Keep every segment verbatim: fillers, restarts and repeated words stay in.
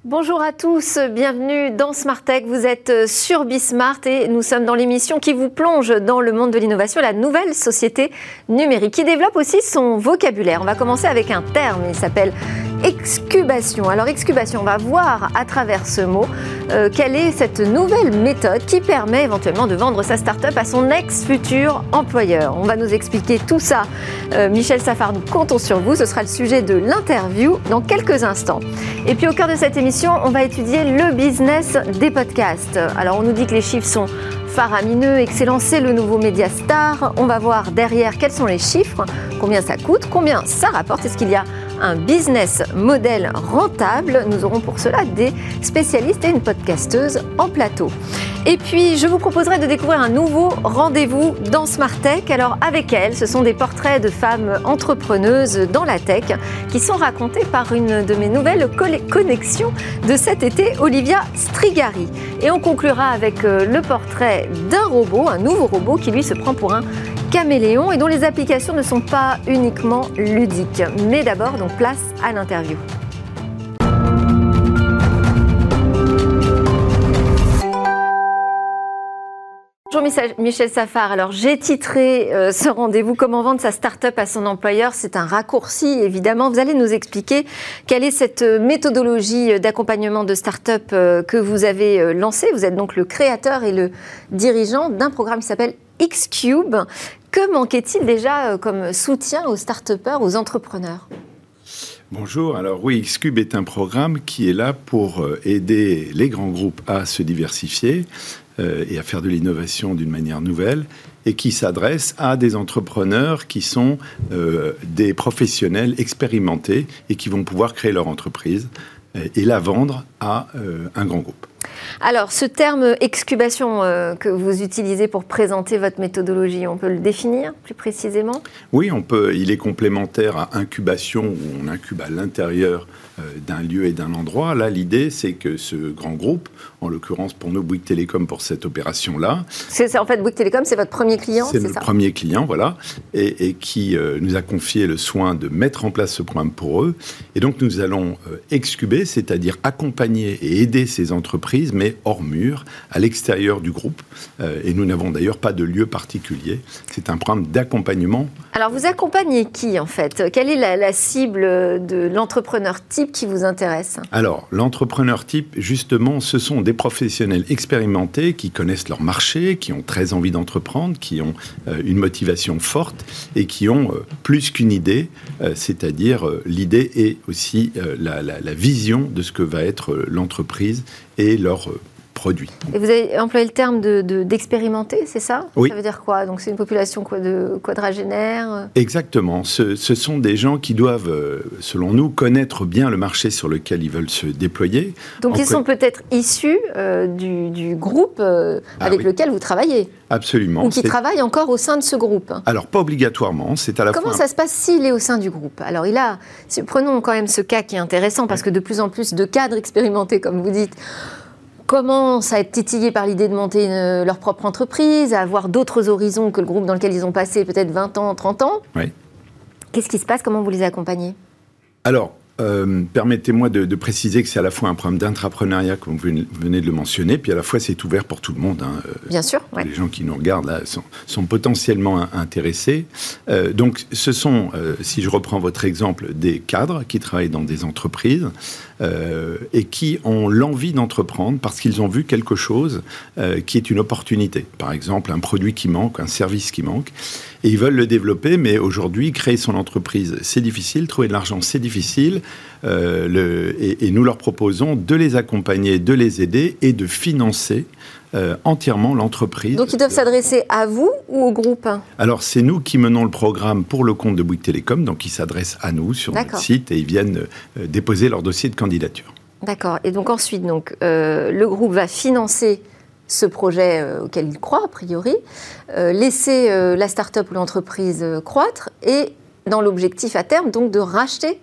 Bonjour à tous, bienvenue dans Smart Tech. Vous êtes sur Bismart et nous sommes dans l'émission qui vous plonge dans le monde de l'innovation, la nouvelle société numérique qui développe aussi son vocabulaire. On va commencer avec un terme, il s'appelle excubation. Alors excubation, on va voir à travers ce mot euh, quelle est cette nouvelle méthode qui permet éventuellement de vendre sa start-up à son ex-futur employeur. On va nous expliquer tout ça. Euh, Michel Safar, nous comptons sur vous. Ce sera le sujet de l'interview dans quelques instants. Et puis au cœur de cette émission, on va étudier le business des podcasts. Alors on nous dit que les chiffres sont faramineux, excellent, c'est le nouveau média star. On va voir derrière quels sont les chiffres, combien ça coûte, combien ça rapporte, est-ce qu'il y a un business model rentable. Nous aurons pour cela des spécialistes et une podcasteuse en plateau. Et puis, je vous proposerai de découvrir un nouveau rendez-vous dans Smart Tech. Alors, avec elle, ce sont des portraits de femmes entrepreneuses dans la tech qui sont racontés par une de mes nouvelles connexions de cet été, Olivia Strigari. Et on conclura avec le portrait d'un robot, un nouveau robot qui, lui, se prend pour un caméléon et dont les applications ne sont pas uniquement ludiques. Mais d'abord, donc, place à l'interview. Bonjour Michel Safar. Alors j'ai titré euh, ce rendez-vous « Comment vendre sa start-up à son employeur ». C'est un raccourci évidemment. Vous allez nous expliquer quelle est cette méthodologie d'accompagnement de start-up euh, que vous avez euh, lancée. Vous êtes donc le créateur et le dirigeant d'un programme qui s'appelle X-Cube. Que manquait-il déjà euh, comme soutien aux start-upers, aux entrepreneurs ? Bonjour, alors oui, X-Cube est un programme qui est là pour aider les grands groupes à se diversifier euh, et à faire de l'innovation d'une manière nouvelle et qui s'adresse à des entrepreneurs qui sont euh, des professionnels expérimentés et qui vont pouvoir créer leur entreprise euh, et la vendre à euh, un grand groupe. Alors, ce terme excubation euh, que vous utilisez pour présenter votre méthodologie, on peut le définir plus précisément ? Oui, on peut. Il est complémentaire à incubation, où on incube à l'intérieur euh, d'un lieu et d'un endroit. Là, l'idée, c'est que ce grand groupe, en l'occurrence pour nous, Bouygues Telecom, pour cette opération-là... C'est, c'est, en fait, Bouygues Telecom, c'est votre premier client, c'est, c'est notre ça ? premier client, voilà, et, et qui euh, nous a confié le soin de mettre en place ce programme pour eux. Et donc, nous allons euh, excuber, c'est-à-dire accompagner et aider ces entreprises, mais hors mur, à l'extérieur du groupe. Euh, et nous n'avons d'ailleurs pas de lieu particulier. C'est un programme d'accompagnement. Alors, vous accompagnez qui, en fait ? Quelle est la, la cible de l'entrepreneur type qui vous intéresse ? Alors, l'entrepreneur type, justement, ce sont des professionnels expérimentés qui connaissent leur marché, qui ont très envie d'entreprendre, qui ont euh, une motivation forte et qui ont euh, plus qu'une idée, euh, c'est-à-dire euh, l'idée et aussi euh, la, la, la vision de ce que va être euh, l'entreprise et leur euh, produit. Et vous avez employé le terme de, de, d'expérimenter, c'est ça ? Oui. Ça veut dire quoi ? Donc c'est une population quoi, de quadragénaires ? Exactement. Ce, ce sont des gens qui doivent, selon nous, connaître bien le marché sur lequel ils veulent se déployer. Donc en ils sont peut-être issus euh, du, du groupe euh, ah, avec oui. lequel vous travaillez ? Absolument. Ou qui c'est... travaille encore au sein de ce groupe ? Alors, pas obligatoirement. C'est à la Comment fois... ça se passe s'il est au sein du groupe ? Alors, il a... Prenons quand même ce cas qui est intéressant, parce que de plus en plus de cadres expérimentés, comme vous dites, commencent à être titillés par l'idée de monter une, leur propre entreprise, à avoir d'autres horizons que le groupe dans lequel ils ont passé peut-être vingt ans, trente ans. Oui. Qu'est-ce qui se passe ? Comment vous les accompagnez ? Alors, Euh, permettez-moi de, de préciser que c'est à la fois un programme d'intrapreneuriat, comme vous venez de le mentionner, puis à la fois c'est ouvert pour tout le monde. Hein. Bien sûr. Ouais. Les gens qui nous regardent là sont, sont potentiellement intéressés. Euh, donc, ce sont, euh, si je reprends votre exemple, des cadres qui travaillent dans des entreprises euh, et qui ont l'envie d'entreprendre parce qu'ils ont vu quelque chose euh, qui est une opportunité. Par exemple, un produit qui manque, un service qui manque. Et ils veulent le développer, mais aujourd'hui, créer son entreprise, c'est difficile. Trouver de l'argent, c'est difficile. Euh, le, et, et nous leur proposons de les accompagner, de les aider et de financer euh, entièrement l'entreprise. Donc, ils doivent s'adresser à vous ou au groupe ? Alors, c'est nous qui menons le programme pour le compte de Bouygues Telecom. Donc, ils s'adressent à nous sur D'accord. notre site et ils viennent euh, déposer leur dossier de candidature. D'accord. Et donc, ensuite, donc, euh, le groupe va financer ce projet euh, auquel il croit, a priori, euh, laisser euh, la start-up ou l'entreprise euh, croître et dans l'objectif à terme, donc, de racheter, c'est ça ?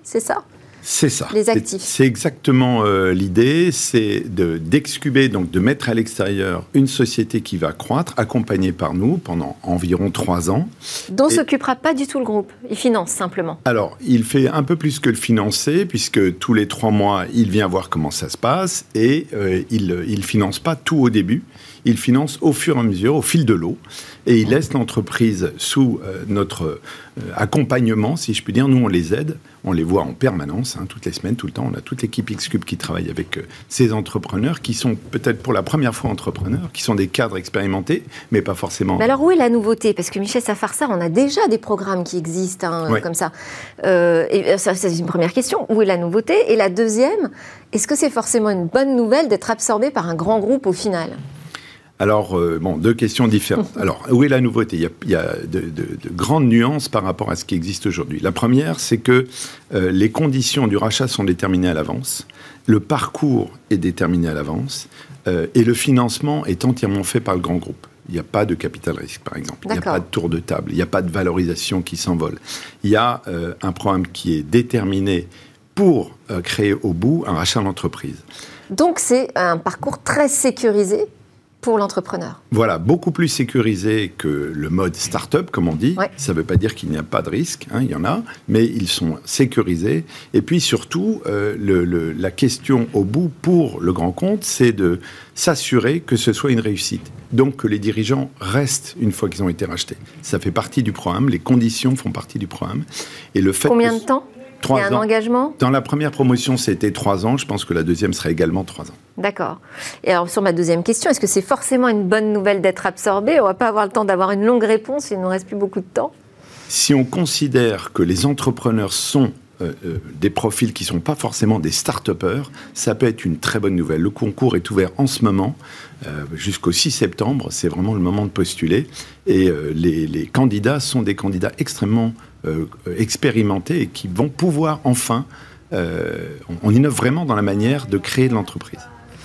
C'est ça. Les actifs. C'est, c'est exactement euh, l'idée, c'est de, d'excuber, donc de mettre à l'extérieur une société qui va croître, accompagnée par nous pendant environ trois ans. Dont ne Et... s'occupera pas du tout le groupe, il finance simplement. Alors, il fait un peu plus que le financer, puisque tous les trois mois, il vient voir comment ça se passe, et euh, il ne finance pas tout au début, il finance au fur et à mesure, au fil de l'eau, et il laisse l'entreprise sous euh, notre euh, accompagnement, si je puis dire. Nous, on les aide, on les voit en permanence, hein, toutes les semaines, tout le temps. On a toute l'équipe X-Cube qui travaille avec euh, ces entrepreneurs, qui sont peut-être pour la première fois entrepreneurs, qui sont des cadres expérimentés, mais pas forcément... Mais alors, où est la nouveauté ? Parce que Michel Safarsar, on a déjà des programmes qui existent, hein, ouais. comme ça. Euh, et ça, c'est une première question. Où est la nouveauté ? Et la deuxième, est-ce que c'est forcément une bonne nouvelle d'être absorbé par un grand groupe au final ? Alors, euh, bon, deux questions différentes. Alors, où est la nouveauté ? Il y a, il y a de, de, de grandes nuances par rapport à ce qui existe aujourd'hui. La première, c'est que euh, les conditions du rachat sont déterminées à l'avance, le parcours est déterminé à l'avance, euh, et le financement est entièrement fait par le grand groupe. Il n'y a pas de capital risque, par exemple. D'accord. Il n'y a pas de tour de table, il n'y a pas de valorisation qui s'envole. Il y a euh, un programme qui est déterminé pour euh, créer au bout un rachat d'entreprise. Donc, c'est un parcours très sécurisé pour l'entrepreneur. Voilà, beaucoup plus sécurisé que le mode start-up, comme on dit. Ouais. Ça ne veut pas dire qu'il n'y a pas de risque, hein, il y en a, mais ils sont sécurisés. Et puis surtout, euh, le, le, la question au bout pour le grand compte, c'est de s'assurer que ce soit une réussite. Donc que les dirigeants restent une fois qu'ils ont été rachetés. Ça fait partie du programme, les conditions font partie du programme. Et le fait Combien que... de temps ? Trois Il y a un ans. engagement ? Dans la première promotion, c'était trois ans. Je pense que la deuxième sera également trois ans. D'accord. Et alors, sur ma deuxième question, est-ce que c'est forcément une bonne nouvelle d'être absorbé ? On ne va pas avoir le temps d'avoir une longue réponse, il ne nous reste plus beaucoup de temps. Si on considère que les entrepreneurs sont euh, euh, des profils qui ne sont pas forcément des start-upers, ça peut être une très bonne nouvelle. Le concours est ouvert en ce moment, euh, jusqu'au six septembre. C'est vraiment le moment de postuler. Et euh, les, les candidats sont des candidats extrêmement Euh, expérimentés et qui vont pouvoir enfin, euh, on, on innove vraiment dans la manière de créer de l'entreprise.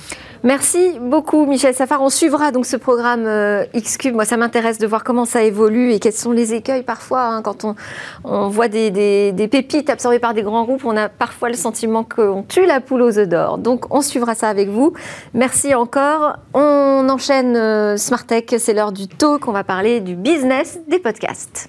Merci beaucoup Michel Safar. On suivra donc ce programme euh, X-Cube. Moi, ça m'intéresse de voir comment ça évolue et quels sont les écueils parfois. Hein, quand on, on voit des, des, des pépites absorbées par des grands groupes, on a parfois le sentiment qu'on tue la poule aux œufs d'or. Donc, on suivra ça avec vous. Merci encore. On enchaîne euh, Smart Tech. C'est l'heure du talk. On va parler du business des podcasts.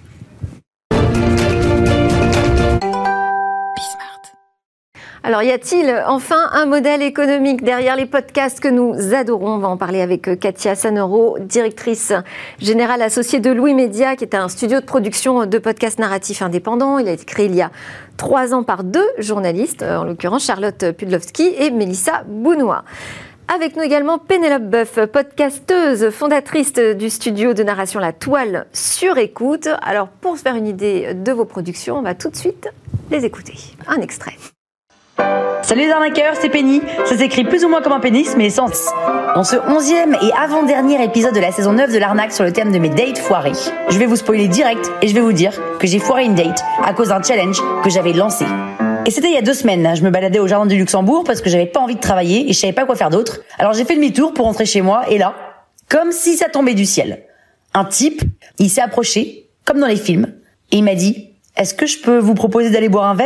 Alors, y a-t-il enfin un modèle économique derrière les podcasts que nous adorons ? On va en parler avec Katia Sanero, directrice générale associée de Louis Média, qui est un studio de production de podcasts narratifs indépendants. Il a été créé il y a trois ans par deux journalistes, en l'occurrence Charlotte Pudlowski et Mélissa Bounois. Avec nous également Pénélope Boeuf, podcasteuse, fondatrice du studio de narration La Toile sur écoute. Alors, pour se faire une idée de vos productions, on va tout de suite les écouter. Un extrait. Salut les arnaqueurs, c'est Penny. Ça s'écrit plus ou moins comme un pénis, mais sans... Dans ce onzième et avant-dernier épisode de la saison neuf de l'arnaque sur le thème de mes dates foirées, je vais vous spoiler direct et je vais vous dire que j'ai foiré une date à cause d'un challenge que j'avais lancé. Et c'était il y a deux semaines, je me baladais au jardin du Luxembourg parce que j'avais pas envie de travailler et je savais pas quoi faire d'autre. Alors j'ai fait demi-tour pour rentrer chez moi et là, comme si ça tombait du ciel, un type, il s'est approché, comme dans les films, et il m'a dit « Est-ce que je peux vous proposer d'aller boire un verre ?»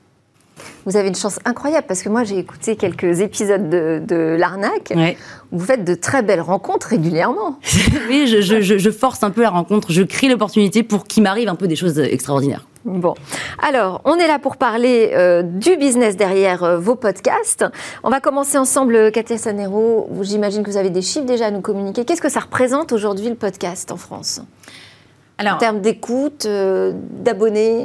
Vous avez une chance incroyable parce que moi j'ai écouté quelques épisodes de, de l'arnaque. Ouais. Vous faites de très belles rencontres régulièrement. Oui, je, je, je force un peu la rencontre, je crée l'opportunité pour qu'il m'arrive un peu des choses extraordinaires. Bon, alors on est là pour parler euh, du business derrière euh, vos podcasts. On va commencer ensemble, Katia Sanero. J'imagine que vous avez des chiffres déjà à nous communiquer. Qu'est-ce que ça représente aujourd'hui le podcast en France ? Alors, en termes d'écoute, euh, d'abonnés ?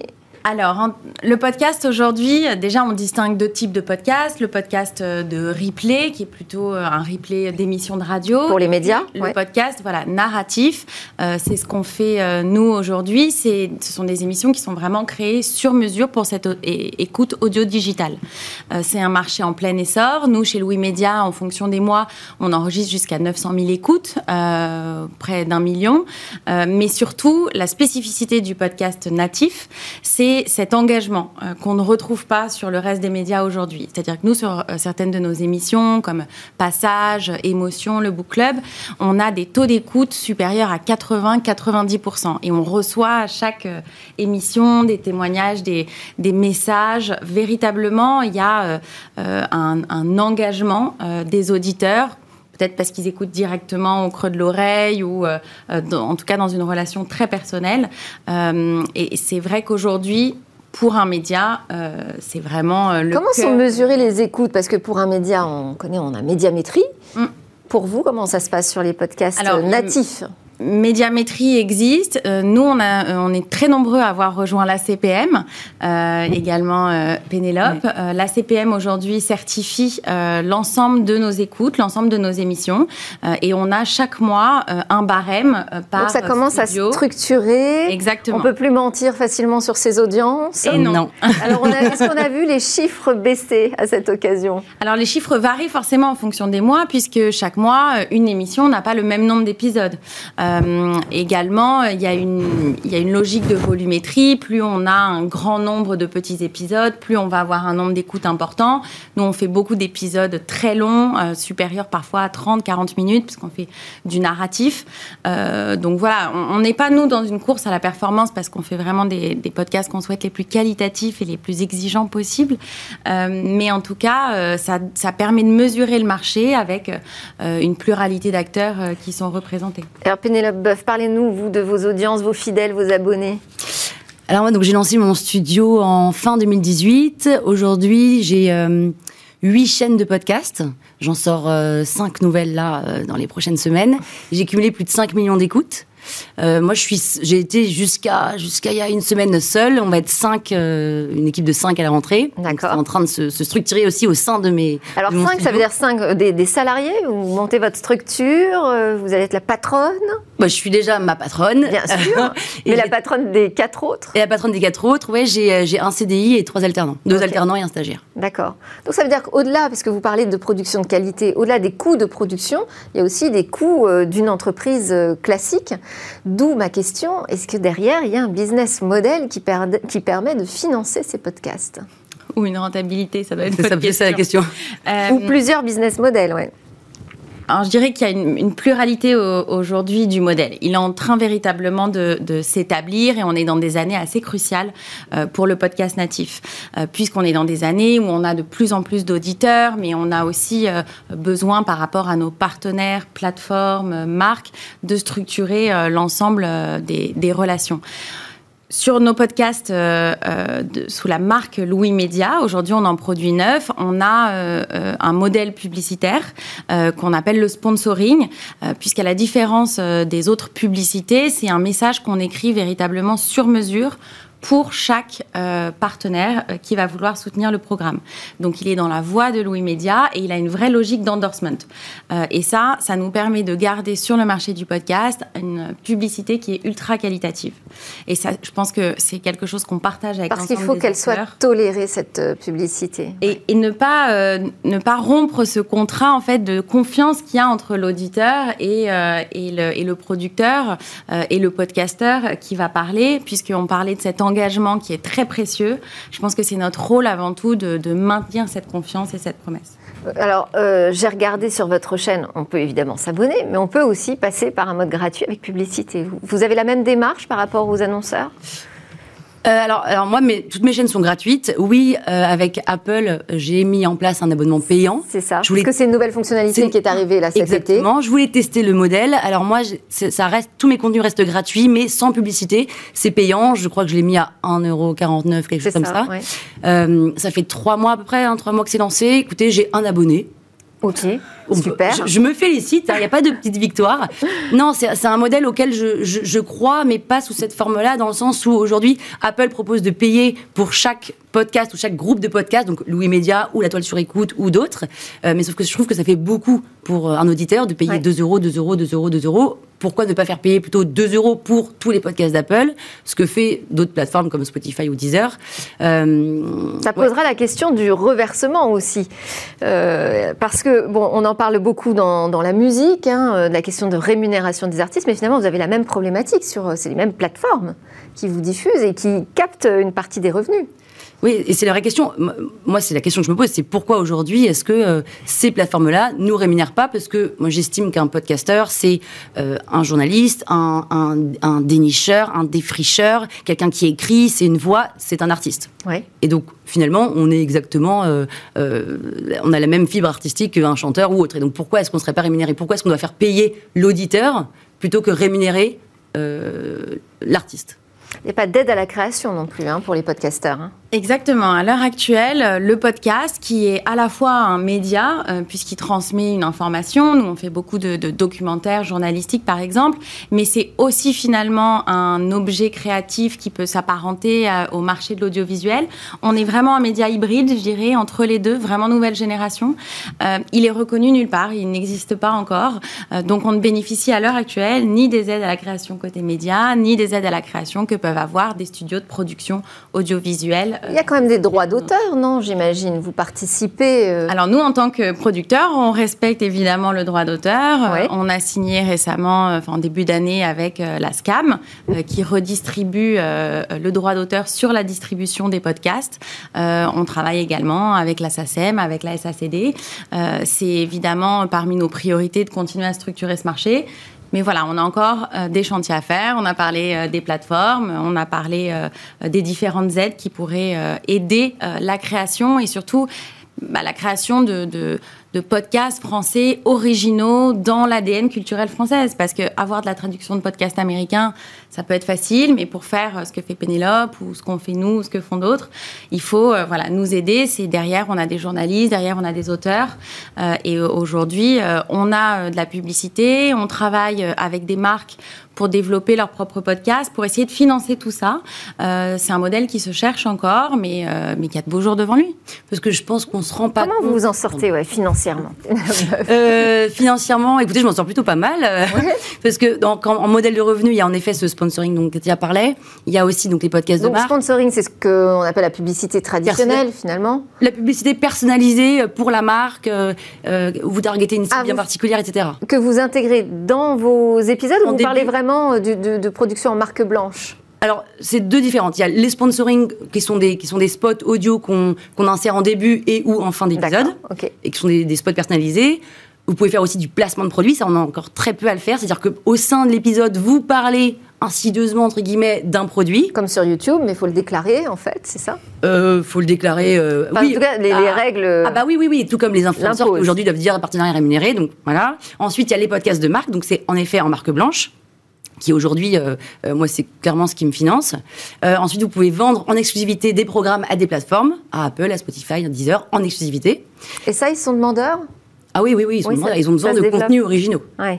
Alors, le podcast aujourd'hui, déjà on distingue deux types de podcasts. Le podcast de replay, qui est plutôt un replay d'émissions de radio. Pour les médias. Le ouais. podcast, voilà, narratif. Euh, c'est ce qu'on fait euh, nous aujourd'hui. C'est, ce sont des émissions qui sont vraiment créées sur mesure pour cette é- écoute audio-digitale. Euh, c'est un marché en plein essor. Nous, chez Louis Média, en fonction des mois, on enregistre jusqu'à neuf cent mille écoutes, euh, près d'un million. Euh, mais surtout, la spécificité du podcast natif, c'est c'est cet engagement euh, qu'on ne retrouve pas sur le reste des médias aujourd'hui. C'est-à-dire que nous, sur euh, certaines de nos émissions, comme Passage, Émotion, le Book Club, on a des taux d'écoute supérieurs à quatre-vingts à quatre-vingt-dix pour cent. Et on reçoit à chaque euh, émission des témoignages, des, des messages. Véritablement, il y a euh, euh, un, un engagement euh, des auditeurs, peut-être parce qu'ils écoutent directement au creux de l'oreille ou euh, dans, en tout cas dans une relation très personnelle. Euh, et c'est vrai qu'aujourd'hui, pour un média, euh, c'est vraiment euh, le Comment cœur. sont mesurées les écoutes? Parce que pour un média, on connaît, on a médiamétrie. Mm. Pour vous, comment ça se passe sur les podcasts Alors, natifs? Médiamétrie existe. Euh, nous, on, a, on est très nombreux à avoir rejoint l'A C P M, euh, également euh, Pénélope. Oui. Euh, L'A C P M, aujourd'hui, certifie euh, l'ensemble de nos écoutes, l'ensemble de nos émissions. Euh, et on a chaque mois euh, un barème euh, par Donc ça commence studio. à structurer. Exactement. On ne peut plus mentir facilement sur ses audiences. Et non. non. Alors, on a, est-ce qu'on a vu les chiffres baisser à cette occasion? Alors, les chiffres varient forcément en fonction des mois, puisque chaque mois, une émission n'a pas le même nombre d'épisodes. Euh, également, il y a une, il y a une logique de volumétrie. Plus on a un grand nombre de petits épisodes, plus on va avoir un nombre d'écoutes important. Nous, on fait beaucoup d'épisodes très longs, euh, supérieurs parfois à trente à quarante minutes, puisqu'on fait du narratif. Euh, donc voilà, on n'est pas, nous, dans une course à la performance, parce qu'on fait vraiment des, des podcasts qu'on souhaite les plus qualitatifs et les plus exigeants possibles. Euh, mais en tout cas, euh, ça, ça permet de mesurer le marché avec euh, une pluralité d'acteurs euh, qui sont représentés. Alors, Pénélope Boeuf, parlez-nous, vous, de vos audiences, vos fidèles, vos abonnés. Alors moi, donc, j'ai lancé mon studio en fin deux mille dix-huit. Aujourd'hui, j'ai euh, huit chaînes de podcasts. J'en sors euh, cinq nouvelles là euh, dans les prochaines semaines. J'ai cumulé plus de cinq millions d'écoutes. Euh, moi, je suis, j'ai été jusqu'à jusqu'à il y a une semaine seule. On va être cinq, euh, une équipe de cinq à la rentrée. D'accord. C'est en train de se, se structurer aussi au sein de mes. Alors de mon cinq, ça veut dire cinq des, des salariés. Vous montez votre structure. Euh, vous allez être la patronne. Moi, je suis déjà ma patronne. Bien sûr. et Mais la patronne des quatre autres. Et la patronne des quatre autres. Ouais, j'ai j'ai un C D I et trois alternants, deux okay. alternants et un stagiaire. D'accord. Donc ça veut dire qu'au-delà, parce que vous parlez de production de qualité, au-delà des coûts de production, il y a aussi des coûts euh, d'une entreprise euh, classique. D'où ma question, est-ce que derrière, il y a un business model qui, per- qui permet de financer ces podcasts? Ou une rentabilité, ça doit être ça, question. C'est la question. Euh, Ou plusieurs business models, oui. Alors, je dirais qu'il y a une, une pluralité au, aujourd'hui du modèle. Il est en train véritablement de, de s'établir et on est dans des années assez cruciales euh, pour le podcast natif. Euh, puisqu'on est dans des années où on a de plus en plus d'auditeurs, mais on a aussi euh, besoin par rapport à nos partenaires, plateformes, marques, de structurer euh, l'ensemble euh, des, des relations. Sur nos podcasts euh, euh, de, sous la marque Louis Média, aujourd'hui on en produit neuf, on a euh, euh, un modèle publicitaire euh, qu'on appelle le sponsoring, euh, puisqu'à la différence euh, des autres publicités, c'est un message qu'on écrit véritablement sur mesure pour chaque euh, partenaire euh, qui va vouloir soutenir le programme. Donc, il est dans la voie de Louis Média et il a une vraie logique d'endorsement. Euh, et ça, ça nous permet de garder sur le marché du podcast une publicité qui est ultra qualitative. Et ça, je pense que c'est quelque chose qu'on partage avec l'ensemble des acteurs. Parce qu'il faut qu'elle soit tolérée, cette euh, publicité. Et, et ne pas euh, ne pas rompre ce contrat en fait de confiance qu'il y a entre l'auditeur et euh, et le et le producteur euh, et le podcasteur qui va parler, puisqu'on parlait de cet engagement engagement qui est très précieux. Je pense que c'est notre rôle avant tout de, de maintenir cette confiance et cette promesse. Alors, euh, j'ai regardé sur votre chaîne, on peut évidemment s'abonner, mais on peut aussi passer par un mode gratuit avec publicité. Vous, vous avez la même démarche par rapport aux annonceurs ? Euh, alors, alors moi, mes, toutes mes chaînes sont gratuites. Oui, euh, avec Apple, j'ai mis en place un abonnement payant. C'est ça. Je voulais... Parce que c'est une nouvelle fonctionnalité c'est... qui est arrivée là cet Exactement. été. Exactement. Je voulais tester le modèle. Alors moi, ça reste, tous mes contenus restent gratuits, mais sans publicité. C'est payant. Je crois que je l'ai mis à un euro quarante-neuf, quelque chose c'est comme ça. ça. Ouais. Euh, ça fait trois mois à peu près, hein, trois mois que c'est lancé. Écoutez, j'ai un abonné. Ok, super. Je, je me félicite, il hein, n'y a pas de petite victoire. Non, c'est, c'est un modèle auquel je, je, je crois, mais pas sous cette forme-là, dans le sens où aujourd'hui, Apple propose de payer pour chaque podcast ou chaque groupe de podcasts, donc Louis Média ou La Toile sur Écoute ou d'autres. Euh, mais sauf que je trouve que ça fait beaucoup pour un auditeur de payer ouais. deux euros, deux euros, deux euros, deux euros. Pourquoi ne pas faire payer plutôt deux euros pour tous les podcasts d'Apple, ce que fait d'autres plateformes comme Spotify ou Deezer. Euh, ça posera ouais. la question du reversement aussi. Euh, parce que, bon, on en parle beaucoup dans, dans la musique, hein, de la question de rémunération des artistes, mais finalement, vous avez la même problématique. Sur, c'est les mêmes plateformes qui vous diffusent et qui captent une partie des revenus. Oui, et c'est la vraie question. Moi, c'est la question que je me pose, c'est pourquoi aujourd'hui est-ce que euh, ces plateformes-là nous rémunèrent pas ? Parce que moi, j'estime qu'un podcasteur, c'est euh, un journaliste, un, un, un dénicheur, un défricheur, quelqu'un qui écrit, c'est une voix, c'est un artiste. Ouais. Et donc, finalement, on est exactement, euh, euh, on a la même fibre artistique qu'un chanteur ou autre. Et donc, pourquoi est-ce qu'on ne serait pas rémunéré ? Pourquoi est-ce qu'on doit faire payer l'auditeur plutôt que rémunérer euh, l'artiste ? Il n'y a pas d'aide à la création non plus hein, pour les podcasteurs. Hein. Exactement. À l'heure actuelle, le podcast, qui est à la fois un média, euh, puisqu'il transmet une information, nous on fait beaucoup de, de documentaires journalistiques par exemple, mais c'est aussi finalement un objet créatif qui peut s'apparenter à, au marché de l'audiovisuel. On est vraiment un média hybride, je dirais, entre les deux, vraiment nouvelle génération. Euh, il est reconnu nulle part, il n'existe pas encore, euh, donc on ne bénéficie à l'heure actuelle ni des aides à la création côté média, ni des aides à la création que peuvent avoir des studios de production audiovisuelle. Il y a quand même des droits d'auteur, non, j'imagine. Vous participez... Euh... Alors nous, en tant que producteurs, on respecte évidemment le droit d'auteur. Oui. Euh, on a signé récemment, euh, en début d'année, avec euh, la SCAM, euh, qui redistribue euh, le droit d'auteur sur la distribution des podcasts. Euh, on travaille également avec la SACEM, avec la S A C D. Euh, c'est évidemment parmi nos priorités de continuer à structurer ce marché. Mais voilà, on a encore euh, des chantiers à faire. On a parlé euh, des plateformes, on a parlé euh, des différentes aides qui pourraient euh, aider euh, la création et surtout bah, la création de, de, de podcasts français originaux dans l'A D N culturel française. Parce qu'avoir de la traduction de podcasts américains, ça peut être facile, mais pour faire ce que fait Pénélope ou ce qu'on fait nous ou ce que font d'autres, il faut euh, voilà, nous aider. C'est derrière, on a des journalistes, derrière, on a des auteurs. Euh, et aujourd'hui, euh, on a euh, de la publicité, on travaille avec des marques pour développer leur propre podcast, pour essayer de financer tout ça. Euh, c'est un modèle qui se cherche encore, mais, euh, mais qui a de beaux jours devant lui. Parce que je pense qu'on se rend pas Comment compte... vous vous en sortez ouais, financièrement euh, Financièrement, écoutez, je m'en sors plutôt pas mal. Euh, ouais. Parce que donc, en, en modèle de revenu, il y a en effet ce sponsoring dont Katia parlait. Il y a aussi donc, les podcasts donc, de marque. Donc sponsoring, c'est ce qu'on appelle la publicité traditionnelle, Personnel... finalement. La publicité personnalisée pour la marque, euh, euh, vous targetez une cible ah, bien vous... particulière, et cetera. Que vous intégrez dans vos épisodes ou vous début... parlez vraiment De, de, de production en marque blanche? Alors, c'est deux différentes. Il y a les sponsoring qui sont des, qui sont des spots audio qu'on, qu'on insère en début et ou en fin d'épisode, okay. et qui sont des, des spots personnalisés. Vous pouvez faire aussi du placement de produits, ça on a encore très peu à le faire. C'est-à-dire qu'au sein de l'épisode, vous parlez insidieusement, entre guillemets, d'un produit. Comme sur YouTube, mais il faut le déclarer, en fait, c'est ça? Il euh, faut le déclarer, euh, enfin, oui. En tout cas, les, ah, les règles... Ah bah oui, oui, oui, tout comme les influenceurs qui aujourd'hui doivent dire partenariat rémunéré, donc voilà. Ensuite, il y a les podcasts de marque, donc c'est en effet en marque blanche, qui aujourd'hui, euh, euh, moi, c'est clairement ce qui me finance. Euh, ensuite, vous pouvez vendre en exclusivité des programmes à des plateformes, à Apple, à Spotify, à Deezer, en exclusivité. Et ça, ils sont demandeurs? Ah oui, oui, oui, ils, sont oui, demandeurs, ça, ils ont besoin de développe. contenus originaux. Ouais.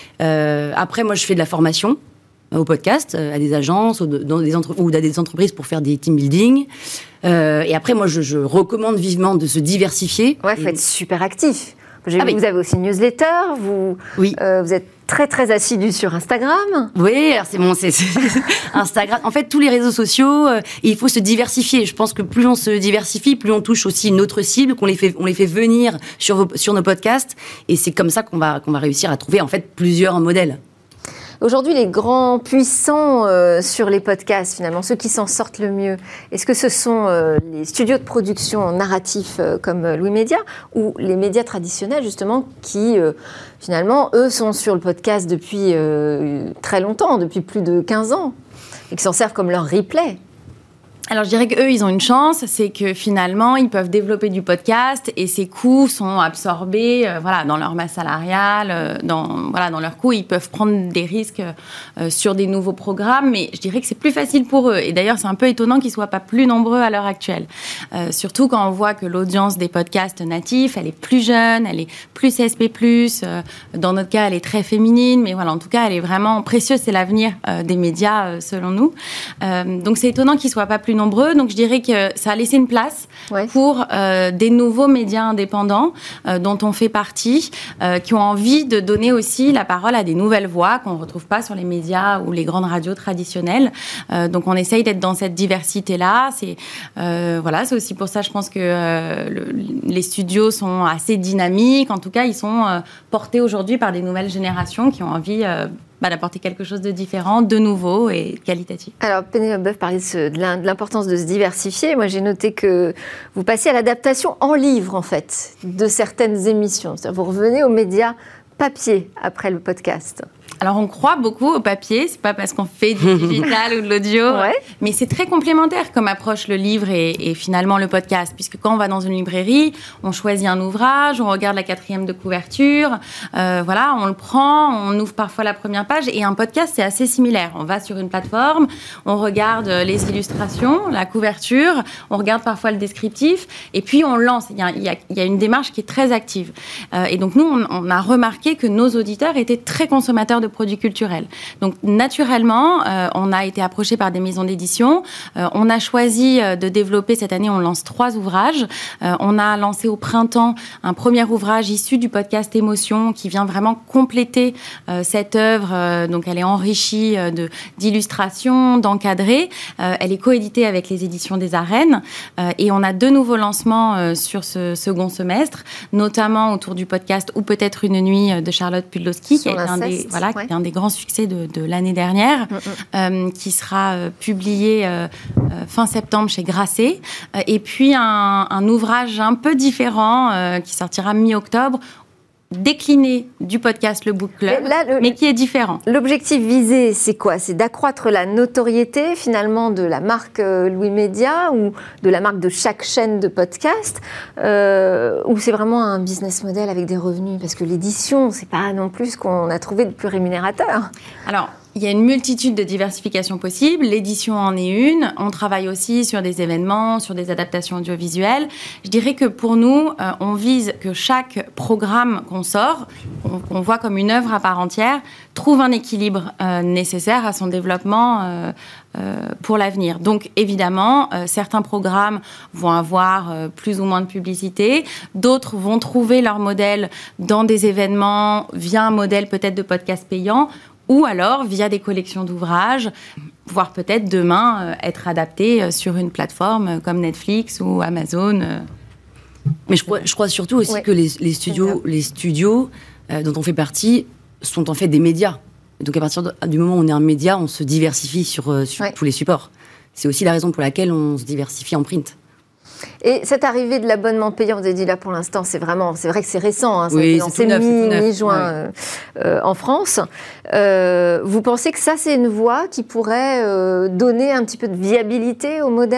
Euh, après, moi, je fais de la formation euh, au podcast, euh, à des agences ou, de, dans des entre- ou à des entreprises pour faire des team building. Euh, et après, moi, je, je recommande vivement de se diversifier. Ouais, il faut être super actif. J'ai ah vu, oui. Vous avez aussi une newsletter, vous, oui. euh, vous êtes très très assidu sur Instagram. Oui, alors c'est bon, c'est, c'est Instagram. En fait, tous les réseaux sociaux, euh, il faut se diversifier. Je pense que plus on se diversifie, plus on touche aussi une autre cible, qu'on les fait, on les fait venir sur, vos, sur nos podcasts, et c'est comme ça qu'on va, qu'on va réussir à trouver en fait plusieurs modèles. Aujourd'hui, les grands puissants euh, sur les podcasts, finalement, ceux qui s'en sortent le mieux, est-ce que ce sont euh, les studios de production narratifs euh, comme euh, Louis Média ou les médias traditionnels, justement, qui, euh, finalement, eux, sont sur le podcast depuis euh, très longtemps, depuis plus de quinze ans, et qui s'en servent comme leur replay? Alors, je dirais qu'eux, ils ont une chance, c'est que finalement, ils peuvent développer du podcast et ces coûts sont absorbés euh, voilà, dans leur masse salariale, euh, dans, voilà, dans leurs coûts. Ils peuvent prendre des risques euh, sur des nouveaux programmes, mais je dirais que c'est plus facile pour eux. Et d'ailleurs, c'est un peu étonnant qu'ils ne soient pas plus nombreux à l'heure actuelle. Euh, surtout quand on voit que l'audience des podcasts natifs, elle est plus jeune, elle est plus C S P plus. Euh, dans notre cas, elle est très féminine, mais voilà, en tout cas, elle est vraiment précieuse. C'est l'avenir euh, des médias, euh, selon nous. Euh, donc, c'est étonnant qu'ils ne soient pas plus plus nombreux. Donc, je dirais que ça a laissé une place ouais. pour euh, des nouveaux médias indépendants euh, dont on fait partie, euh, qui ont envie de donner aussi la parole à des nouvelles voix qu'on ne retrouve pas sur les médias ou les grandes radios traditionnelles. Euh, donc, on essaye d'être dans cette diversité-là. C'est, euh, voilà, c'est aussi pour ça, je pense que euh, le, les studios sont assez dynamiques. En tout cas, ils sont euh, portés aujourd'hui par des nouvelles générations qui ont envie euh, bah, d'apporter quelque chose de différent, de nouveau et qualitatif. Alors, Pénélope Boeuf parlait de, ce, de l'importance de se diversifier. Moi, j'ai noté que vous passez à l'adaptation en livre, en fait, de certaines émissions. C'est-à-dire, vous revenez aux médias papier après le podcast. Alors, on croit beaucoup au papier, c'est pas parce qu'on fait du digital ou de l'audio, ouais. mais c'est très complémentaire comme approche le livre et, et finalement le podcast, puisque quand on va dans une librairie, on choisit un ouvrage, on regarde la quatrième de couverture, euh, voilà, on le prend, on ouvre parfois la première page, et un podcast, c'est assez similaire. On va sur une plateforme, on regarde les illustrations, la couverture, on regarde parfois le descriptif, et puis on lance. Il y a, il y a, il y a une démarche qui est très active. Euh, et donc, nous, on, on a remarqué que nos auditeurs étaient très consommateurs de produits culturels. Donc, naturellement, euh, on a été approché par des maisons d'édition. Euh, on a choisi euh, de développer, cette année, on lance trois ouvrages. Euh, on a lancé au printemps un premier ouvrage issu du podcast Émotion qui vient vraiment compléter euh, cette œuvre. Euh, donc, elle est enrichie euh, de, d'illustrations, d'encadrés. Euh, elle est coéditée avec les éditions des Arènes. Euh, et on a deux nouveaux lancements euh, sur ce second semestre, notamment autour du podcast Ou peut-être une nuit de Charlotte Pudlowski, qui est un des, voilà, ouais. qui est un des grands succès de, de l'année dernière, mmh, mmh. Euh, qui sera euh, publié euh, euh, fin septembre chez Grasset. Euh, et puis un, un ouvrage un peu différent euh, qui sortira mi-octobre, décliné du podcast Le Book Club, là, le, mais qui est différent. L'objectif visé, c'est quoi ? C'est d'accroître la notoriété, finalement, de la marque euh, Louis Média ou de la marque de chaque chaîne de podcast, euh, ou c'est vraiment un business model avec des revenus ? Parce que l'édition, c'est pas non plus ce qu'on a trouvé de plus rémunérateur. Alors, il y a une multitude de diversifications possibles. L'édition en est une. On travaille aussi sur des événements, sur des adaptations audiovisuelles. Je dirais que pour nous, euh, on vise que chaque programme qu'on sort, qu'on, qu'on voit comme une œuvre à part entière, trouve un équilibre euh, nécessaire à son développement euh, euh, pour l'avenir. Donc, évidemment, euh, certains programmes vont avoir euh, plus ou moins de publicité. D'autres vont trouver leur modèle dans des événements via un modèle peut-être de podcast payant, ou alors via des collections d'ouvrages, voire peut-être demain euh, être adapté euh, sur une plateforme euh, comme Netflix ou Amazon. Euh. Mais je crois, je crois surtout aussi ouais. que les, les studios, les studios euh, dont on fait partie sont en fait des médias. Donc à partir de, du moment où on est un média, on se diversifie sur, euh, sur ouais. tous les supports. C'est aussi la raison pour laquelle on se diversifie en print. Et cette arrivée de l'abonnement payant, vous avez dit là pour l'instant, c'est vraiment, c'est vrai que c'est récent, hein, ça oui, a été lancé mi-juin ouais. euh, euh, en France. Euh, vous pensez que ça, c'est une voie qui pourrait euh, donner un petit peu de viabilité au modèle ?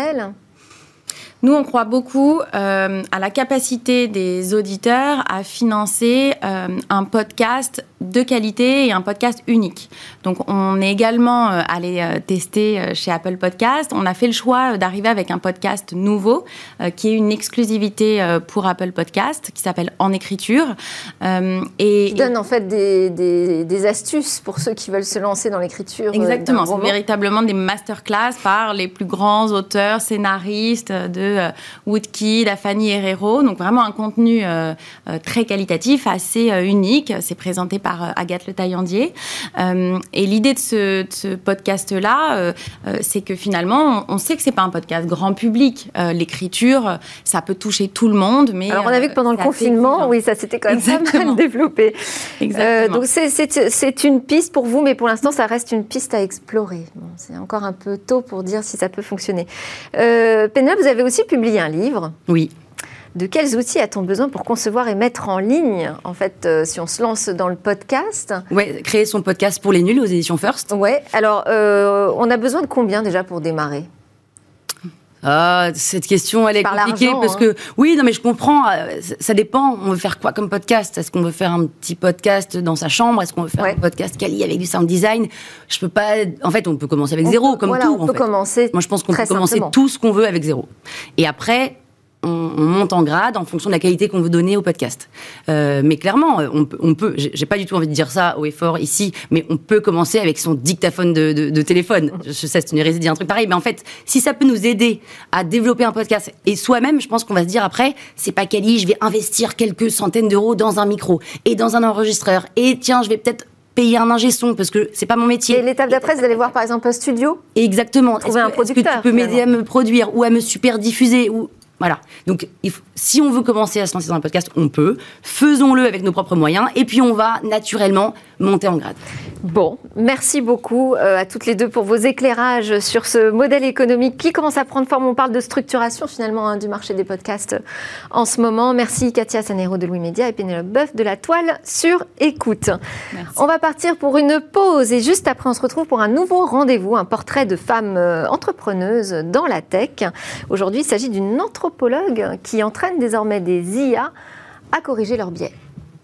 Nous, on croit beaucoup euh, à la capacité des auditeurs à financer euh, un podcast de qualité et un podcast unique. Donc, on est également euh, allé euh, tester euh, chez Apple Podcast. On a fait le choix d'arriver avec un podcast nouveau euh, qui est une exclusivité euh, pour Apple Podcast, qui s'appelle En écriture. Euh, et, qui donne et... en fait des, des, des astuces pour ceux qui veulent se lancer dans l'écriture. Exactement, euh, c'est véritablement des masterclass par les plus grands auteurs, scénaristes de euh, Woodkid à Fanny Herrero. Donc, vraiment un contenu euh, euh, très qualitatif, assez euh, unique. C'est présenté par Agathe Le Taillandier. Euh, et l'idée de ce, de ce podcast-là, euh, euh, c'est que finalement, on, on sait que c'est pas un podcast grand public. Euh, l'écriture, ça peut toucher tout le monde, mais... Alors, on a vu que pendant euh, le confinement, oui, ça s'était quand même Exactement. pas mal développé. Exactement. Euh, donc, c'est, c'est, c'est une piste pour vous, mais pour l'instant, ça reste une piste à explorer. Bon, c'est encore un peu tôt pour dire si ça peut fonctionner. Euh, Pénélope, vous avez aussi publié un livre. Oui. De quels outils a-t-on besoin pour concevoir et mettre en ligne, en fait, euh, si on se lance dans le podcast ? Ouais, créer son podcast pour les nuls aux éditions First. Ouais. Alors, euh, on a besoin de combien déjà pour démarrer ? Ah, cette question, elle est Par compliquée parce hein. que oui, non, mais je comprends. Ça dépend. On veut faire quoi comme podcast ? Est-ce qu'on veut faire un petit podcast dans sa chambre ? Est-ce qu'on veut faire ouais. un podcast quali avec du sound design ? Je peux pas. En fait, on peut commencer avec on zéro, peut, comme voilà, tout. On en peut fait. commencer. Moi, je pense qu'on peut simplement. commencer tout ce qu'on veut avec zéro. Et après, on, on monte en grade en fonction de la qualité qu'on veut donner au podcast. Euh, mais clairement, on, on peut, j'ai pas du tout envie de dire ça haut et fort ici, mais on peut commencer avec son dictaphone de, de, de téléphone. Je sais, c'est une hérésie de dire un truc pareil, mais en fait, si ça peut nous aider à développer un podcast, et soi-même, je pense qu'on va se dire après, c'est pas quali, je vais investir quelques centaines d'euros dans un micro et dans un enregistreur, et tiens, je vais peut-être payer un ingé son parce que c'est pas mon métier. Et l'étape d'après, vous allez voir par exemple un studio. Exactement. Trouver un producteur. Est-ce que tu peux m'aider à me produire ou à me super diffuser ou voilà. Donc, il faut, si on veut commencer à se lancer dans un podcast, on peut. Faisons-le avec nos propres moyens et puis on va naturellement monter en grade. Bon, merci beaucoup euh, à toutes les deux pour vos éclairages sur ce modèle économique qui commence à prendre forme. On parle de structuration finalement hein, du marché des podcasts en ce moment. Merci Katia Sanero de Louis Média et Pénélope Boeuf de La Toile sur Écoute. Merci. On va partir pour une pause et juste après on se retrouve pour un nouveau rendez-vous, un portrait de femmes euh, entrepreneuses dans la tech. Aujourd'hui, il s'agit d'une anthropologue qui entraîne désormais des I A à corriger leurs biais.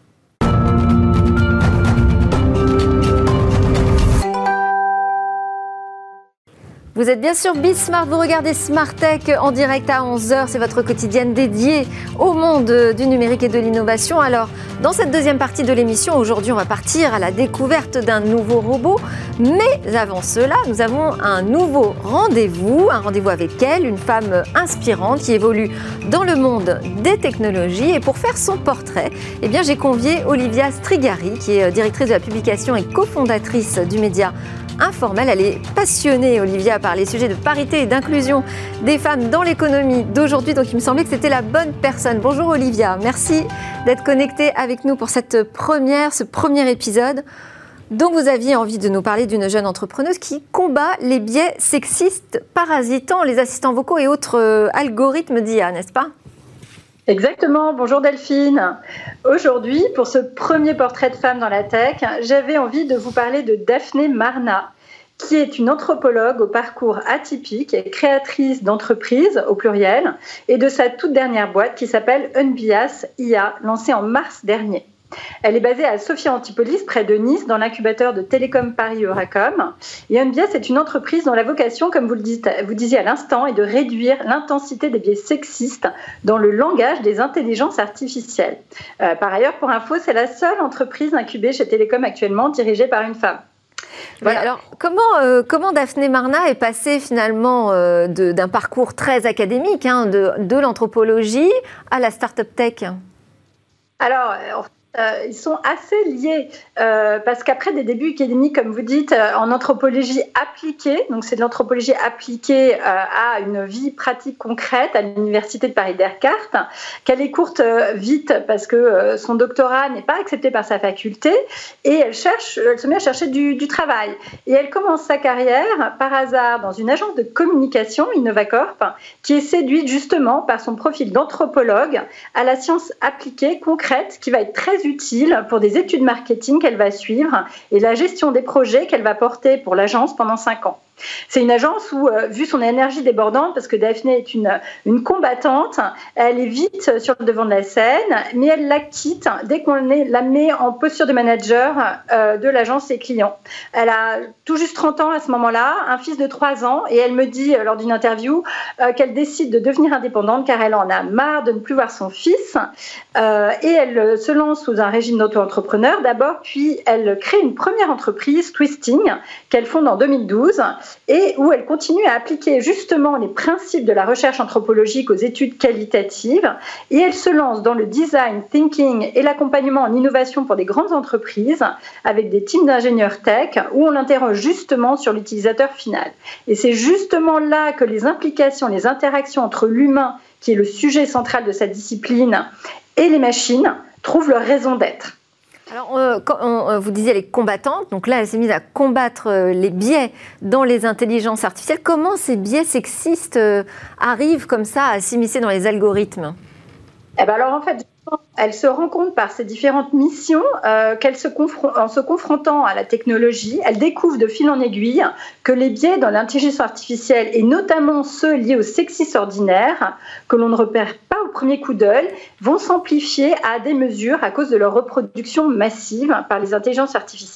Vous êtes bien sûr Bismart, vous regardez Smart Tech en direct à onze heures, c'est votre quotidienne dédiée au monde du numérique et de l'innovation. Alors, dans cette deuxième partie de l'émission, aujourd'hui, on va partir à la découverte d'un nouveau robot. Mais avant cela, nous avons un nouveau rendez-vous, un rendez-vous avec elle, une femme inspirante qui évolue dans le monde des technologies. Et pour faire son portrait, eh bien, j'ai convié Olivia Strigari, qui est directrice de la publication et cofondatrice du média Informel. Elle est passionnée, Olivia, par les sujets de parité et d'inclusion des femmes dans l'économie d'aujourd'hui. Donc, il me semblait que c'était la bonne personne. Bonjour Olivia, merci d'être connectée avec nous pour cette première, ce premier épisode. Donc, vous aviez envie de nous parler d'une jeune entrepreneuse qui combat les biais sexistes parasitant les assistants vocaux et autres euh, algorithmes d'I A, n'est-ce pas ? Exactement, bonjour Delphine. Aujourd'hui, pour ce premier portrait de femme dans la tech, j'avais envie de vous parler de Daphné Marna, qui est une anthropologue au parcours atypique et créatrice d'entreprises au pluriel, et de sa toute dernière boîte qui s'appelle Unbias I A, lancée en mars dernier. Elle est basée à Sophia Antipolis, près de Nice, dans l'incubateur de Télécom Paris Euracom. Et Unbias est une entreprise dont la vocation, comme vous le dites, vous disiez à l'instant, est de réduire l'intensité des biais sexistes dans le langage des intelligences artificielles. Euh, par ailleurs, pour info, c'est la seule entreprise incubée chez Télécom actuellement dirigée par une femme. Voilà. Alors, comment, euh, comment Daphné Marna est passée finalement euh, de, d'un parcours très académique, hein, de, de l'anthropologie à la start-up tech ? Alors, Euh, ils sont assez liés euh, parce qu'après des débuts académiques, comme vous dites, euh, en anthropologie appliquée, donc c'est de l'anthropologie appliquée euh, à une vie pratique concrète à l'université de Paris-Descartes, qu'elle est courte euh, vite parce que euh, son doctorat n'est pas accepté par sa faculté et elle cherche, elle se met à chercher du, du travail. Et elle commence sa carrière par hasard dans une agence de communication, Innovacorp, qui est séduite justement par son profil d'anthropologue à la science appliquée concrète qui va être très utile pour des études marketing qu'elle va suivre et la gestion des projets qu'elle va porter pour l'agence pendant cinq ans. C'est une agence où, euh, vu son énergie débordante, parce que Daphné est une, une combattante, elle est vite sur le devant de la scène, mais elle la quitte dès qu'on la met en posture de manager euh, de l'agence et clients. Elle a tout juste trente ans à ce moment-là, un fils de trois ans, et elle me dit euh, lors d'une interview euh, qu'elle décide de devenir indépendante car elle en a marre de ne plus voir son fils, euh, et elle se lance sous un régime d'auto-entrepreneur d'abord, puis elle crée une première entreprise, Twisting, qu'elle fonde en deux mille douze, et où elle continue à appliquer justement les principes de la recherche anthropologique aux études qualitatives, et elle se lance dans le design thinking et l'accompagnement en innovation pour des grandes entreprises avec des teams d'ingénieurs tech où on l'interroge justement sur l'utilisateur final. Et c'est justement là que les implications, les interactions entre l'humain, qui est le sujet central de sa discipline, et les machines trouvent leur raison d'être. Alors, euh, quand on, vous disiez les combattantes, donc là, elle s'est mise à combattre euh, les biais dans les intelligences artificielles. Comment ces biais sexistes euh, arrivent comme ça à s'immiscer dans les algorithmes ? Eh ben alors, en fait, elle se rend compte par ses différentes missions euh, qu'elle se confron- en se confrontant à la technologie, elle découvre de fil en aiguille que les biais dans l'intelligence artificielle, et notamment ceux liés au sexisme ordinaire, que l'on ne repère pas au premier coup d'œil, vont s'amplifier à des mesures à cause de leur reproduction massive par les intelligences artificielles.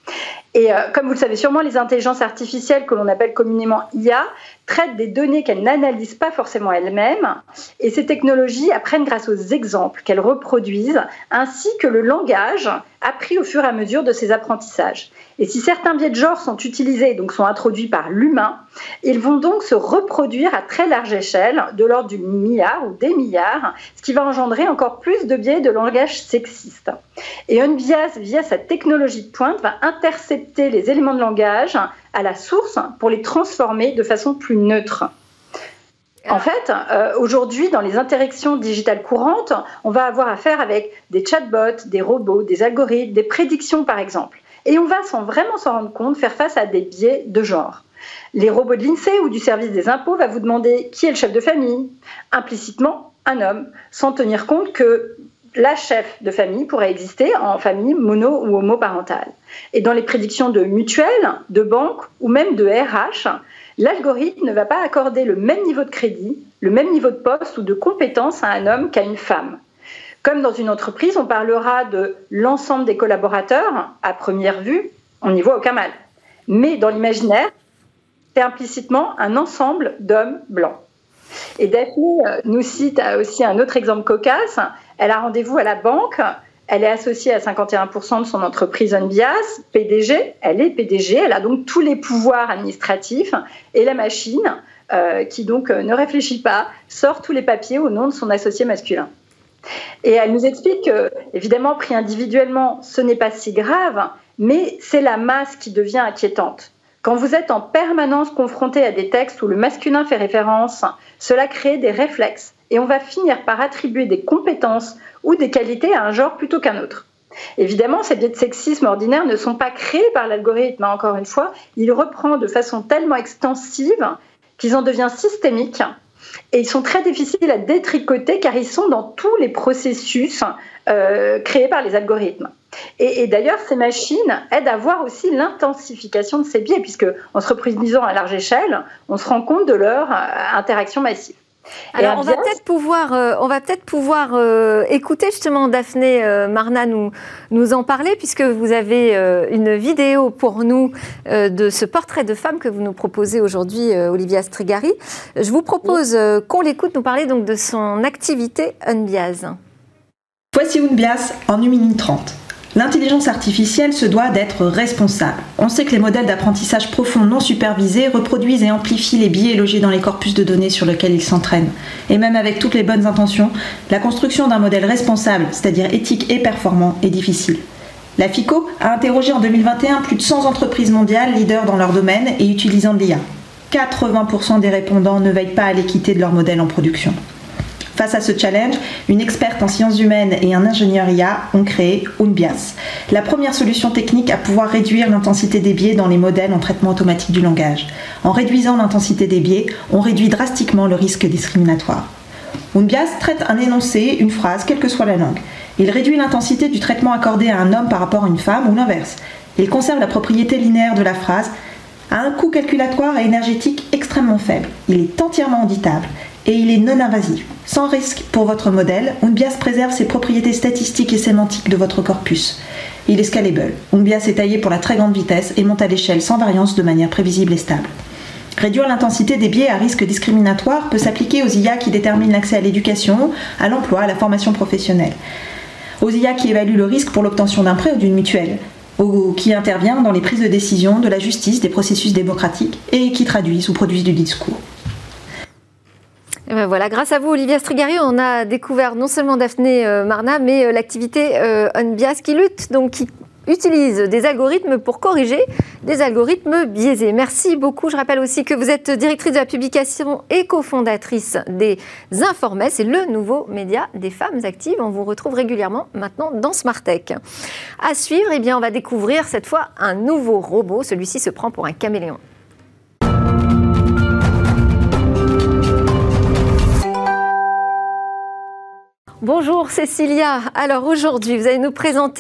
Et euh, comme vous le savez sûrement, les intelligences artificielles que l'on appelle communément I A traitent des données qu'elles n'analysent pas forcément elles-mêmes. Et ces technologies apprennent grâce aux exemples qu'elles reproduisent, ainsi que le langage appris au fur et à mesure de ces apprentissages. Et si certains biais de genre sont utilisés, donc sont introduits par l'humain, ils vont donc se reproduire à très large échelle, de l'ordre du milliard ou des milliards, ce qui va engendrer encore plus de biais de langage sexiste. Et Unbias, via sa technologie de pointe, va intercepter les éléments de langage à la source pour les transformer de façon plus neutre. En fait, euh, aujourd'hui, dans les interactions digitales courantes, on va avoir affaire avec des chatbots, des robots, des algorithmes, des prédictions par exemple. Et on va sans vraiment s'en rendre compte faire face à des biais de genre. Les robots de l'INSEE ou du service des impôts vont vous demander qui est le chef de famille, implicitement un homme, sans tenir compte que la chef de famille pourrait exister en famille mono ou homoparentale. Et dans les prédictions de mutuelles, de banques ou même de R H, l'algorithme ne va pas accorder le même niveau de crédit, le même niveau de poste ou de compétence à un homme qu'à une femme. Comme dans une entreprise, on parlera de l'ensemble des collaborateurs, à première vue, on n'y voit aucun mal. Mais dans l'imaginaire, c'est implicitement un ensemble d'hommes blancs. Et Daphné nous cite aussi un autre exemple cocasse. Elle a rendez-vous à la banque, elle est associée à cinquante et un pour cent de son entreprise Unbias, P D G, elle est P D G, elle a donc tous les pouvoirs administratifs et la machine, euh, qui donc ne réfléchit pas, sort tous les papiers au nom de son associé masculin. Et elle nous explique que, évidemment, pris individuellement, ce n'est pas si grave, mais c'est la masse qui devient inquiétante. Quand vous êtes en permanence confronté à des textes où le masculin fait référence, cela crée des réflexes et on va finir par attribuer des compétences ou des qualités à un genre plutôt qu'un autre. Évidemment, ces biais de sexisme ordinaires ne sont pas créés par l'algorithme, hein, encore une fois, il reprend de façon tellement extensive qu'ils en deviennent systémiques. Et ils sont très difficiles à détricoter car ils sont dans tous les processus euh, créés par les algorithmes. Et, et d'ailleurs, ces machines aident à voir aussi l'intensification de ces biais, puisque en se reproduisant à large échelle, on se rend compte de leur euh, interaction massive. Alors, on va peut-être pouvoir, euh, on va peut-être pouvoir euh, écouter justement Daphné euh, Marna nous, nous en parler, puisque vous avez euh, une vidéo pour nous euh, de ce portrait de femme que vous nous proposez aujourd'hui, euh, Olivia Strigari. Je vous propose euh, qu'on l'écoute nous parler donc de son activité Unbias. Voici Unbias en une minute trente. L'intelligence artificielle se doit d'être responsable. On sait que les modèles d'apprentissage profond non supervisés reproduisent et amplifient les biais logés dans les corpus de données sur lesquels ils s'entraînent. Et même avec toutes les bonnes intentions, la construction d'un modèle responsable, c'est-à-dire éthique et performant, est difficile. La FICO a interrogé en deux mille vingt et un plus de cent entreprises mondiales leaders dans leur domaine et utilisant de l'I A. quatre-vingts pour cent des répondants ne veillent pas à l'équité de leur modèle en production. Face à ce challenge, une experte en sciences humaines et un ingénieur I A ont créé Unbias, la première solution technique à pouvoir réduire l'intensité des biais dans les modèles en traitement automatique du langage. En réduisant l'intensité des biais, on réduit drastiquement le risque discriminatoire. Unbias traite un énoncé, une phrase, quelle que soit la langue. Il réduit l'intensité du traitement accordé à un homme par rapport à une femme ou l'inverse. Il conserve la propriété linéaire de la phrase à un coût calculatoire et énergétique extrêmement faible. Il est entièrement auditable et il est non invasif. Sans risque pour votre modèle, Unbias préserve ses propriétés statistiques et sémantiques de votre corpus. Il est scalable. Unbias est taillé pour la très grande vitesse et monte à l'échelle sans variance de manière prévisible et stable. Réduire l'intensité des biais à risque discriminatoire peut s'appliquer aux I A qui déterminent l'accès à l'éducation, à l'emploi, à la formation professionnelle. Aux I A qui évaluent le risque pour l'obtention d'un prêt ou d'une mutuelle, ou qui intervient dans les prises de décision, de la justice, des processus démocratiques et qui traduisent ou produisent du discours. Et ben voilà, grâce à vous, Olivia Strigari, on a découvert non seulement Daphné euh, Marna, mais euh, l'activité euh, Unbias qui lutte, donc qui utilise des algorithmes pour corriger des algorithmes biaisés. Merci beaucoup. Je rappelle aussi que vous êtes directrice de la publication et cofondatrice des Informels. C'est le nouveau média des femmes actives. On vous retrouve régulièrement maintenant dans Smart Tech. À suivre, eh bien, on va découvrir cette fois un nouveau robot. Celui-ci se prend pour un caméléon. Bonjour Cécilia. Alors aujourd'hui, vous allez nous présenter une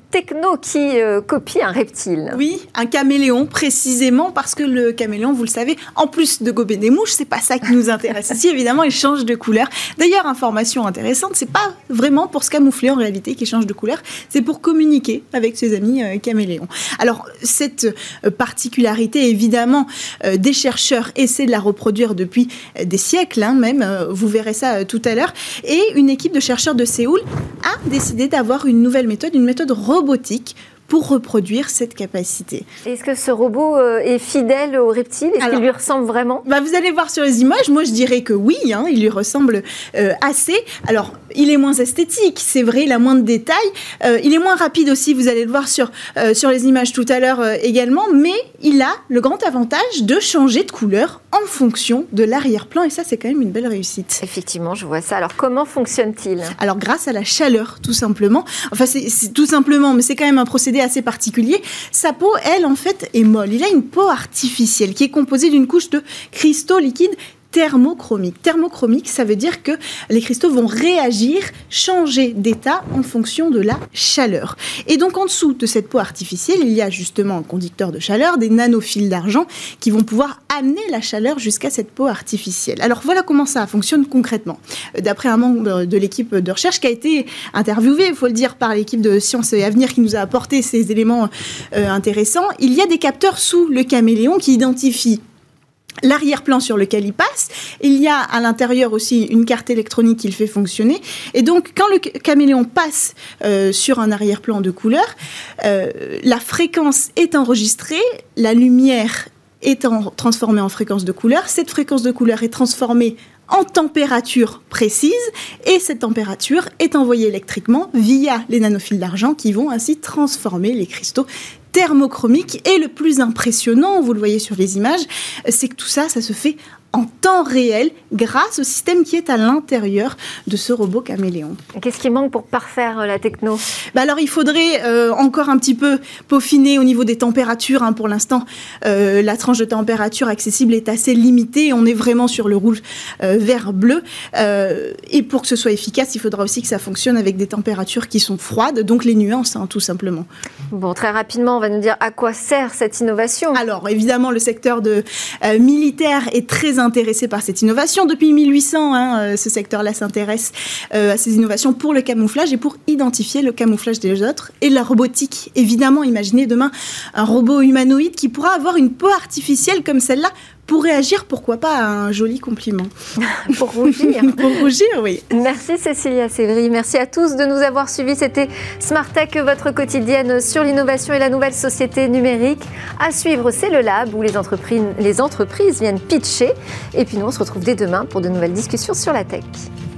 techno qui euh, copie un reptile. Oui, un caméléon, précisément parce que le caméléon, vous le savez, en plus de gober des mouches, c'est pas ça qui nous intéresse ici. Évidemment, il change de couleur. D'ailleurs, information intéressante, c'est pas vraiment pour se camoufler en réalité qu'il change de couleur, c'est pour communiquer avec ses amis euh, caméléons. Alors, cette euh, particularité, évidemment, euh, des chercheurs essaient de la reproduire depuis euh, des siècles, hein, même, euh, vous verrez ça euh, tout à l'heure, et une équipe de chercheurs de Séoul a décidé d'avoir une nouvelle méthode, une méthode robotique pour reproduire cette capacité. Est-ce que ce robot euh, est fidèle au reptile? Est-ce qu'il lui ressemble vraiment? bah Vous allez voir sur les images, moi je dirais que oui, hein, il lui ressemble euh, assez. Alors, il est moins esthétique, c'est vrai, il a moins de détails. Euh, il est moins rapide aussi, vous allez le voir sur, euh, sur les images tout à l'heure euh, également, mais il a le grand avantage de changer de couleur en fonction de l'arrière-plan, et ça c'est quand même une belle réussite. Effectivement, je vois ça. Alors, comment fonctionne-t-il? Alors, grâce à la chaleur, tout simplement. Enfin, c'est, c'est tout simplement, mais c'est quand même un procédé assez particulier. Sa peau, elle, en fait, est molle. Il a une peau artificielle qui est composée d'une couche de cristaux liquides thermochromiques. Thermochromique, ça veut dire que les cristaux vont réagir, changer d'état en fonction de la chaleur. Et donc, en dessous de cette peau artificielle, il y a justement un conducteur de chaleur, des nanofils d'argent qui vont pouvoir amener la chaleur jusqu'à cette peau artificielle. Alors, voilà comment ça fonctionne concrètement. D'après un membre de l'équipe de recherche qui a été interviewé, il faut le dire, par l'équipe de Sciences et Avenir qui nous a apporté ces éléments euh, intéressants, il y a des capteurs sous le caméléon qui identifient l'arrière-plan sur lequel il passe. Il y a à l'intérieur aussi une carte électronique qui le fait fonctionner. Et donc, quand le caméléon passe euh, sur un arrière-plan de couleur, euh, la fréquence est enregistrée, la lumière est en, transformée en fréquence de couleur. Cette fréquence de couleur est transformée en température précise, et cette température est envoyée électriquement via les nanofils d'argent qui vont ainsi transformer les cristaux thermochromiques. Et le plus impressionnant, vous le voyez sur les images, c'est que tout ça, ça se fait en temps réel grâce au système qui est à l'intérieur de ce robot caméléon. Qu'est-ce qui manque pour parfaire la techno? bah Alors, il faudrait euh, encore un petit peu peaufiner au niveau des températures. Hein. Pour l'instant, euh, la tranche de température accessible est assez limitée. On est vraiment sur le rouge, euh, vert, bleu. Euh, et pour que ce soit efficace, il faudra aussi que ça fonctionne avec des températures qui sont froides, donc les nuances, hein, tout simplement. Bon, très rapidement, on va nous dire à quoi sert cette innovation. Alors, évidemment, le secteur de, euh, militaire est très intéressé par cette innovation. Depuis mille huit cents, hein, ce secteur-là s'intéresse euh, à ces innovations pour le camouflage et pour identifier le camouflage des autres. Et la robotique, évidemment, imaginez demain un robot humanoïde qui pourra avoir une peau artificielle comme celle-là pour réagir, pourquoi pas, à un joli compliment. Pour rougir. Pour rougir, oui. Merci Cécilia Sévry. Merci à tous de nous avoir suivis. C'était Smart Tech, votre quotidienne sur l'innovation et la nouvelle société numérique. À suivre, c'est le Lab où les entreprises, les entreprises viennent pitcher. Et puis nous, on se retrouve dès demain pour de nouvelles discussions sur la tech.